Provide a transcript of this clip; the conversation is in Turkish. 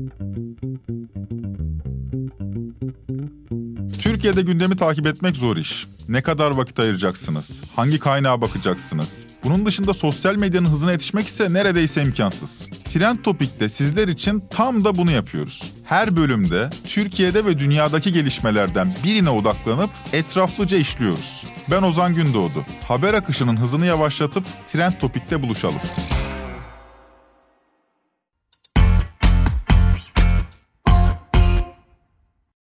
Türkiye'de gündemi takip etmek zor iş. Ne kadar vakit ayıracaksınız? Hangi kaynağa bakacaksınız? Bunun dışında sosyal medyanın hızına yetişmek ise neredeyse imkansız. Trend Topik'te sizler için tam da bunu yapıyoruz. Her bölümde Türkiye'de ve dünyadaki gelişmelerden birine odaklanıp etraflıca işliyoruz. Ben Ozan Gündoğdu. Haber akışının hızını yavaşlatıp Trend Topik'te buluşalım.